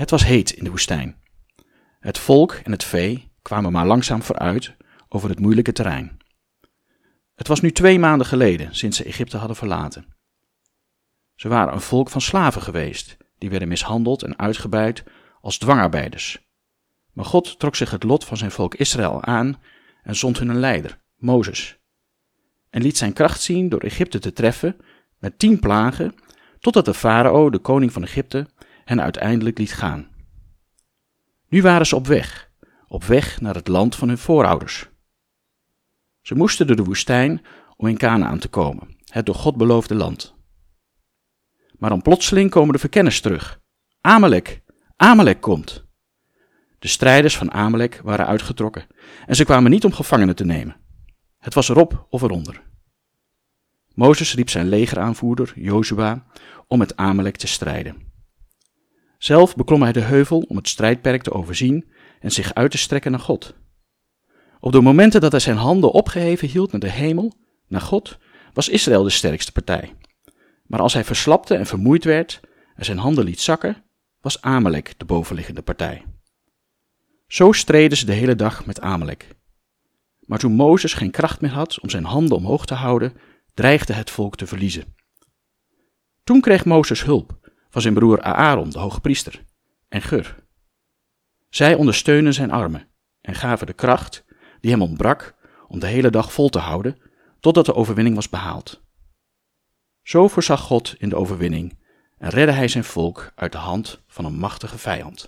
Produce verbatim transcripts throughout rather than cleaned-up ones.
Het was heet in de woestijn. Het volk en het vee kwamen maar langzaam vooruit over het moeilijke terrein. Het was nu twee maanden geleden sinds ze Egypte hadden verlaten. Ze waren een volk van slaven geweest, die werden mishandeld en uitgebuit als dwangarbeiders. Maar God trok zich het lot van zijn volk Israël aan en zond hun een leider, Mozes. En liet zijn kracht zien door Egypte te treffen met tien plagen, totdat de farao, de koning van Egypte, hen uiteindelijk liet gaan. Nu waren ze op weg, op weg naar het land van hun voorouders. Ze moesten door de woestijn om in Kanaän te komen, het door God beloofde land. Maar dan plotseling komen de verkenners terug. Amalek, Amalek komt. De strijders van Amalek waren uitgetrokken en ze kwamen niet om gevangenen te nemen. Het was erop of eronder. Mozes riep zijn legeraanvoerder, Jozua, om met Amalek te strijden. Zelf beklom hij de heuvel om het strijdperk te overzien en zich uit te strekken naar God. Op de momenten dat hij zijn handen opgeheven hield naar de hemel, naar God, was Israël de sterkste partij. Maar als hij verslapte en vermoeid werd en zijn handen liet zakken, was Amalek de bovenliggende partij. Zo streden ze de hele dag met Amalek. Maar toen Mozes geen kracht meer had om zijn handen omhoog te houden, dreigde het volk te verliezen. Toen kreeg Mozes hulp van zijn broer Aaron, de hoge priester, en Gur. Zij ondersteunden zijn armen en gaven de kracht die hem ontbrak om de hele dag vol te houden, totdat de overwinning was behaald. Zo voorzag God in de overwinning en redde hij zijn volk uit de hand van een machtige vijand.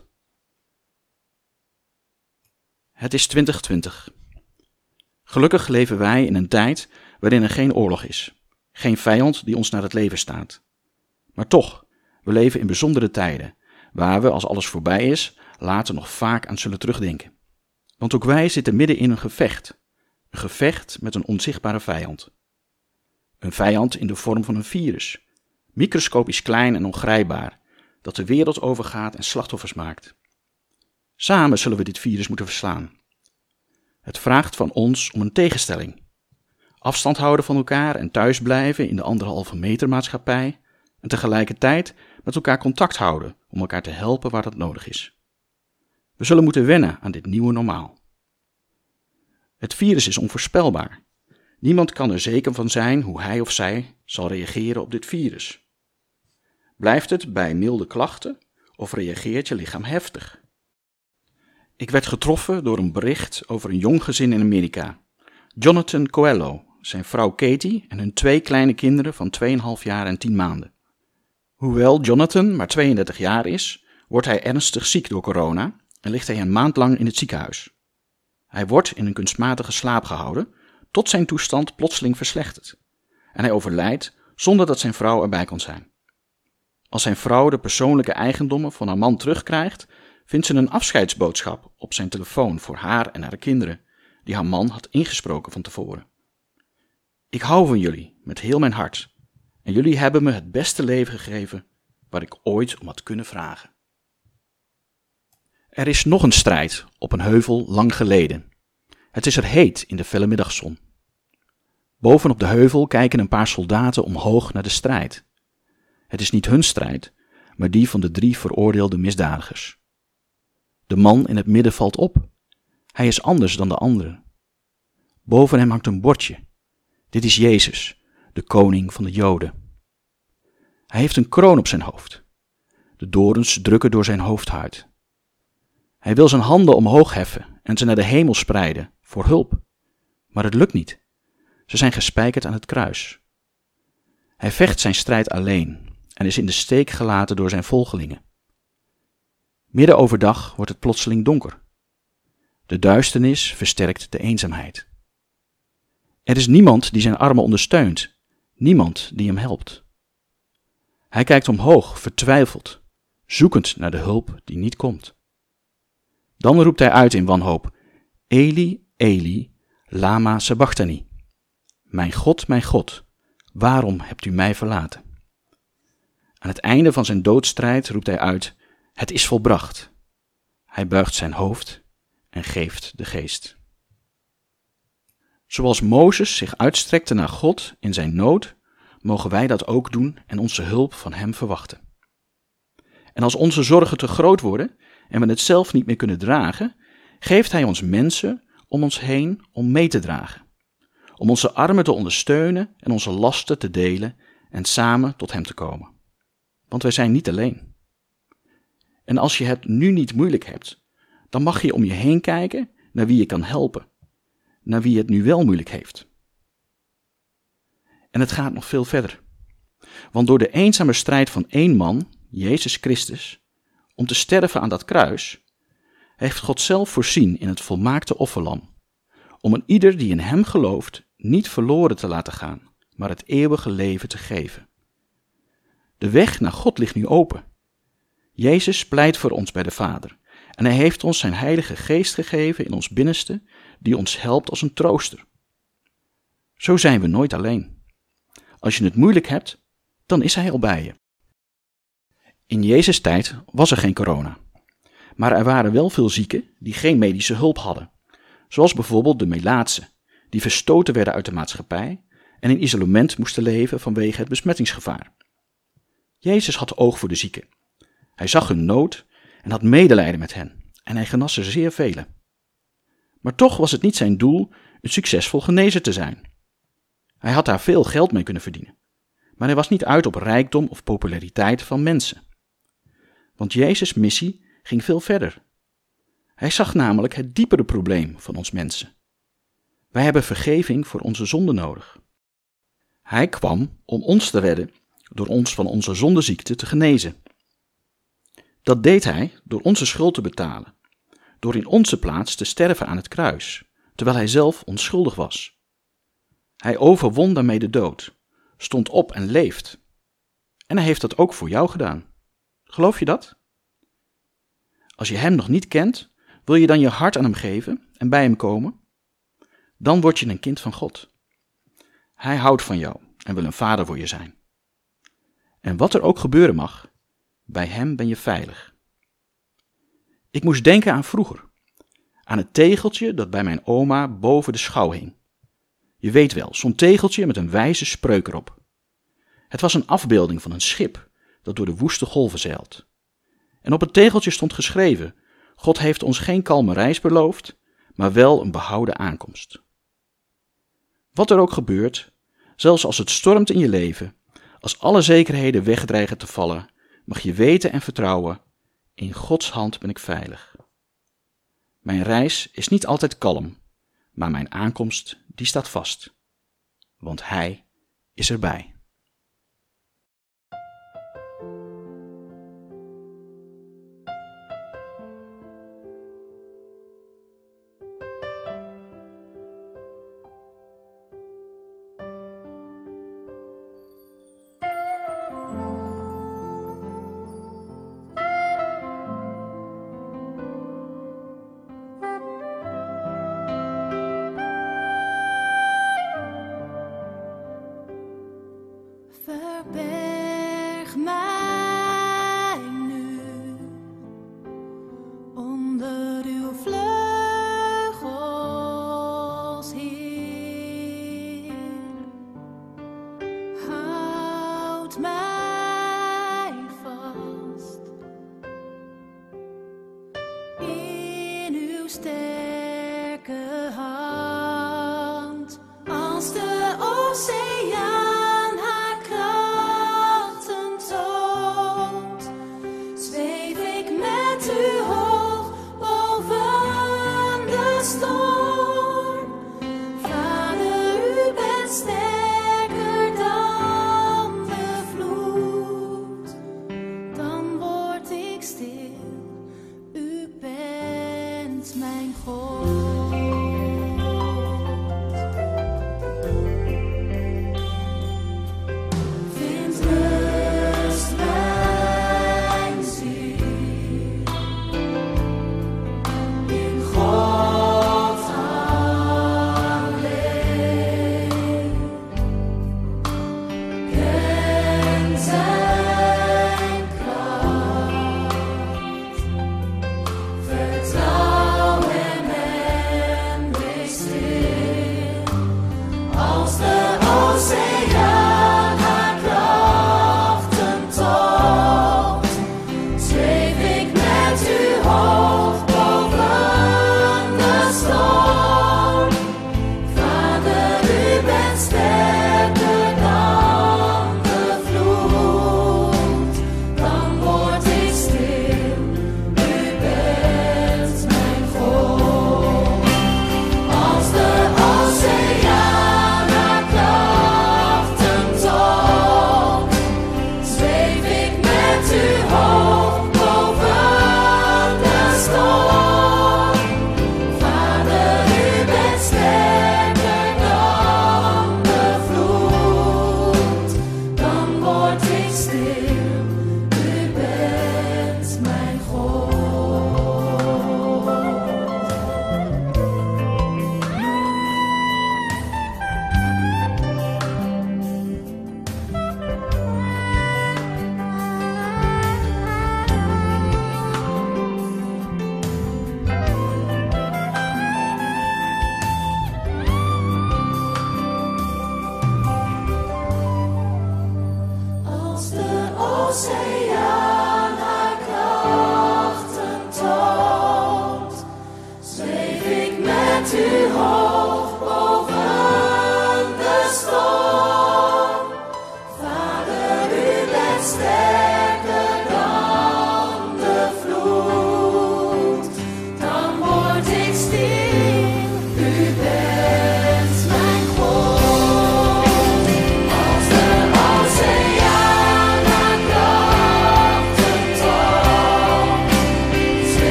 Het is twintig twintig. Gelukkig leven wij in een tijd waarin er geen oorlog is, geen vijand die ons naar het leven staat. Maar toch, we leven in bijzondere tijden, waar we, als alles voorbij is, later nog vaak aan zullen terugdenken. Want ook wij zitten midden in een gevecht, een gevecht met een onzichtbare vijand. Een vijand in de vorm van een virus, microscopisch klein en ongrijpbaar, dat de wereld overgaat en slachtoffers maakt. Samen zullen we dit virus moeten verslaan. Het vraagt van ons om een tegenstelling. Afstand houden van elkaar en thuisblijven in de anderhalve meter maatschappij en tegelijkertijd met elkaar contact houden om elkaar te helpen waar dat nodig is. We zullen moeten wennen aan dit nieuwe normaal. Het virus is onvoorspelbaar. Niemand kan er zeker van zijn hoe hij of zij zal reageren op dit virus. Blijft het bij milde klachten of reageert je lichaam heftig? Ik werd getroffen door een bericht over een jong gezin in Amerika. Jonathan Coelho, zijn vrouw Katie en hun twee kleine kinderen van twee komma vijf jaar en tien maanden. Hoewel Jonathan maar tweeëndertig jaar is, wordt hij ernstig ziek door corona en ligt hij een maand lang in het ziekenhuis. Hij wordt in een kunstmatige slaap gehouden, tot zijn toestand plotseling verslechtert. En hij overlijdt zonder dat zijn vrouw erbij kon zijn. Als zijn vrouw de persoonlijke eigendommen van haar man terugkrijgt, vindt ze een afscheidsboodschap op zijn telefoon voor haar en haar kinderen, die haar man had ingesproken van tevoren. Ik hou van jullie met heel mijn hart en jullie hebben me het beste leven gegeven waar ik ooit om had kunnen vragen. Er is nog een strijd op een heuvel lang geleden. Het is er heet in de felle middagzon. Bovenop de heuvel kijken een paar soldaten omhoog naar de strijd. Het is niet hun strijd, maar die van de drie veroordeelde misdadigers. De man in het midden valt op. Hij is anders dan de anderen. Boven hem hangt een bordje. Dit is Jezus, de koning van de Joden. Hij heeft een kroon op zijn hoofd. De dorens drukken door zijn hoofdhuid. Hij wil zijn handen omhoog heffen en ze naar de hemel spreiden voor hulp. Maar het lukt niet. Ze zijn gespijkerd aan het kruis. Hij vecht zijn strijd alleen en is in de steek gelaten door zijn volgelingen. Midden overdag wordt het plotseling donker. De duisternis versterkt de eenzaamheid. Er is niemand die zijn armen ondersteunt, niemand die hem helpt. Hij kijkt omhoog, vertwijfeld, zoekend naar de hulp die niet komt. Dan roept hij uit in wanhoop, Eli, Eli, lama sabachthani. Mijn God, mijn God, waarom hebt u mij verlaten? Aan het einde van zijn doodstrijd roept hij uit, het is volbracht. Hij buigt zijn hoofd en geeft de geest. Zoals Mozes zich uitstrekte naar God in zijn nood, mogen wij dat ook doen en onze hulp van hem verwachten. En als onze zorgen te groot worden en we het zelf niet meer kunnen dragen, geeft hij ons mensen om ons heen om mee te dragen. Om onze armen te ondersteunen en onze lasten te delen en samen tot hem te komen. Want wij zijn niet alleen. En als je het nu niet moeilijk hebt, dan mag je om je heen kijken naar wie je kan helpen. Naar wie het nu wel moeilijk heeft. En het gaat nog veel verder. Want door de eenzame strijd van één man, Jezus Christus, om te sterven aan dat kruis, heeft God zelf voorzien in het volmaakte offerlam, om een ieder die in hem gelooft niet verloren te laten gaan, maar het eeuwige leven te geven. De weg naar God ligt nu open. Jezus pleit voor ons bij de Vader en hij heeft ons zijn heilige geest gegeven in ons binnenste, die ons helpt als een trooster. Zo zijn we nooit alleen. Als je het moeilijk hebt, dan is hij al bij je. In Jezus' tijd was er geen corona. Maar er waren wel veel zieken die geen medische hulp hadden. Zoals bijvoorbeeld de melaatsen, die verstoten werden uit de maatschappij en in isolement moesten leven vanwege het besmettingsgevaar. Jezus had oog voor de zieken. Hij zag hun nood en had medelijden met hen en hij genas er zeer velen. Maar toch was het niet zijn doel een succesvol genezer te zijn. Hij had daar veel geld mee kunnen verdienen. Maar hij was niet uit op rijkdom of populariteit van mensen. Want Jezus' missie ging veel verder. Hij zag namelijk het diepere probleem van ons mensen. Wij hebben vergeving voor onze zonden nodig. Hij kwam om ons te redden door ons van onze zondeziekte te genezen. Dat deed hij door onze schuld te betalen, door in onze plaats te sterven aan het kruis, terwijl hij zelf onschuldig was. Hij overwon daarmee de dood, stond op en leeft. En hij heeft dat ook voor jou gedaan. Geloof je dat? Als je hem nog niet kent, wil je dan je hart aan hem geven en bij hem komen? Dan word je een kind van God. Hij houdt van jou en wil een vader voor je zijn. En wat er ook gebeuren mag, bij hem ben je veilig. Ik moest denken aan vroeger, aan het tegeltje dat bij mijn oma boven de schouw hing. Je weet wel, zo'n tegeltje met een wijze spreuk erop. Het was een afbeelding van een schip dat door de woeste golven zeilt. En op het tegeltje stond geschreven: God heeft ons geen kalme reis beloofd, maar wel een behouden aankomst. Wat er ook gebeurt, zelfs als het stormt in je leven, als alle zekerheden wegdreigen te vallen, mag je weten en vertrouwen: in Gods hand ben ik veilig. Mijn reis is niet altijd kalm, maar mijn aankomst die staat vast. Want Hij is erbij. Verberg mij nu onder uw vleugels, Heer. Houd mij vast in uw sterke hand, als de oceaan mijn God.